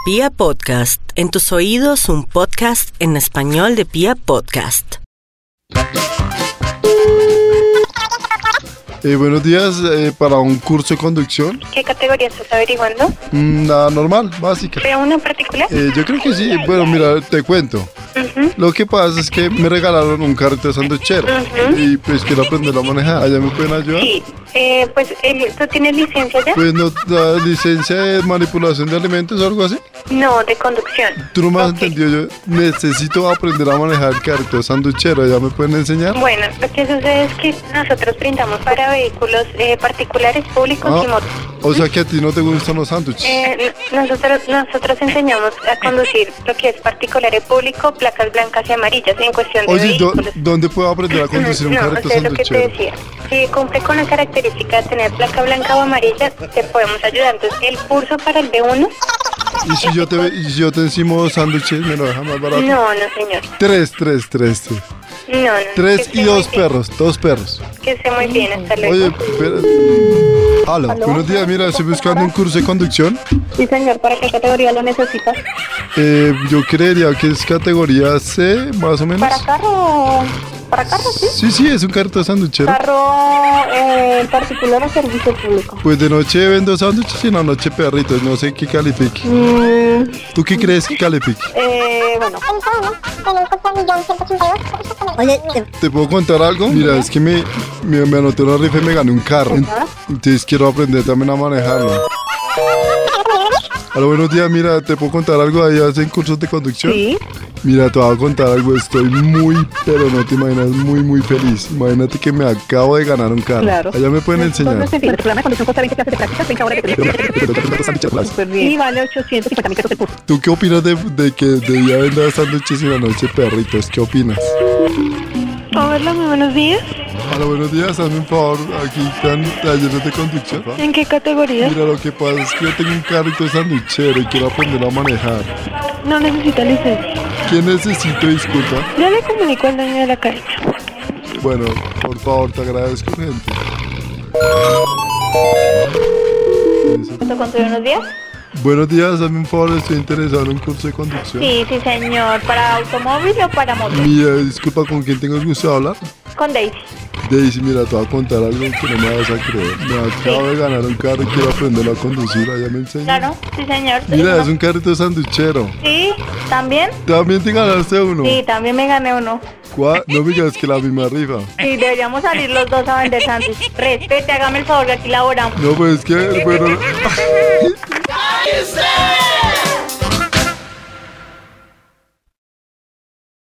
Pia Podcast, en tus oídos un podcast en español de Pia Podcast. Buenos días, para un curso de conducción. ¿Qué categoría estás averiguando? Nada, normal, básica. ¿Pero una en particular? Yo creo que sí. Bueno, mira, te cuento. Lo que pasa es que me regalaron un carrito de sanduchero y pues quiero aprender a manejar. ¿Allá me pueden ayudar? Sí, ¿tú tienes licencia ya? Pues no, la licencia de manipulación de alimentos o algo así. No, de conducción. Tú no me has entendido, yo necesito aprender a manejar el carrito de sanduchero. ¿Allá me pueden enseñar? Bueno, lo que sucede es que nosotros brindamos para vehículos particulares, públicos y motos. O sea que a ti no te gustan los sándwiches. Nosotros enseñamos a conducir lo que es particular y público, placas blancas y amarillas en cuestión de vehículos. ¿Dónde puedo aprender a conducir un carrito de sanduchero? Lo que te decía. Si cumple con la característica de tener placa blanca o amarilla, te podemos ayudar. Entonces, el curso para el B1... ¿Y si yo te encimo sándwiches, me lo dejan más barato? No, señor. Tres. No. 3 y 2 perros, 2 perros. Que esté muy bien, hasta luego. Oye, espera. ¿Aló? Buenos días, mira, estoy buscando un curso de conducción. Sí, señor, ¿para qué categoría lo necesitas? Yo creería que es categoría C, más o menos. ¿Para carro? ¿Para carro, sí? Sí, es un carrito de sanduchero. ¿Carro en particular o servicio público? Pues de noche vendo sándwiches y en la noche perritos, no sé qué califique. ¿Tú qué crees que califique? Bueno. Oye, ¿Te puedo contar algo? Mira, es que me anoté una rifa y me gané un carro. Entonces quiero aprender también a manejarlo. Hola, buenos días, mira, ¿te puedo contar algo? ¿Ahí hacen cursos de conducción? Sí. Mira, te voy a contar algo, estoy pero no te imaginas, muy feliz. Imagínate que me acabo de ganar un carro. Claro. Allá me pueden enseñar. El programa de conducción cuesta 20 clases de prácticas, 20 horas de Súper bien. Y vale 850.000 pesos el curso. ¿Tú qué opinas de que debía vender sándwiches y la noche perritos? ¿Qué opinas? Hola, muy buenos días. Hola, buenos días, hazme un favor, aquí están talleres de conducción. ¿En qué categoría? Mira, lo que pasa es que yo tengo un carrito sanduchero y quiero aprender a manejar. No necesita licencia. ¿Qué necesito? Disculpa. Ya le comunico al dueño de la cancha. Bueno, por favor, te agradezco, gente. ¿Cuánto contigo unos días? Buenos días, hazme un favor, estoy interesado en un curso de conducción. Sí, señor. ¿Para automóvil o para moto? Mira, disculpa, ¿con quién tengo el gusto de hablar? Con Daisy. Daisy, mira, te voy a contar algo que no me vas a creer. Me acabo de ganar un carro y quiero aprender a conducir. ¿Allá me enseñas? Claro, sí, señor. Mira, es un carrito sanduchero. Sí, ¿también? ¿También te ganaste uno? Sí, también me gané uno. ¿Cuál? No me digas que la misma rifa. Sí, deberíamos salir los dos a vender sándwich. Respete, hágame el favor, que aquí laboramos. No, pues es que, bueno...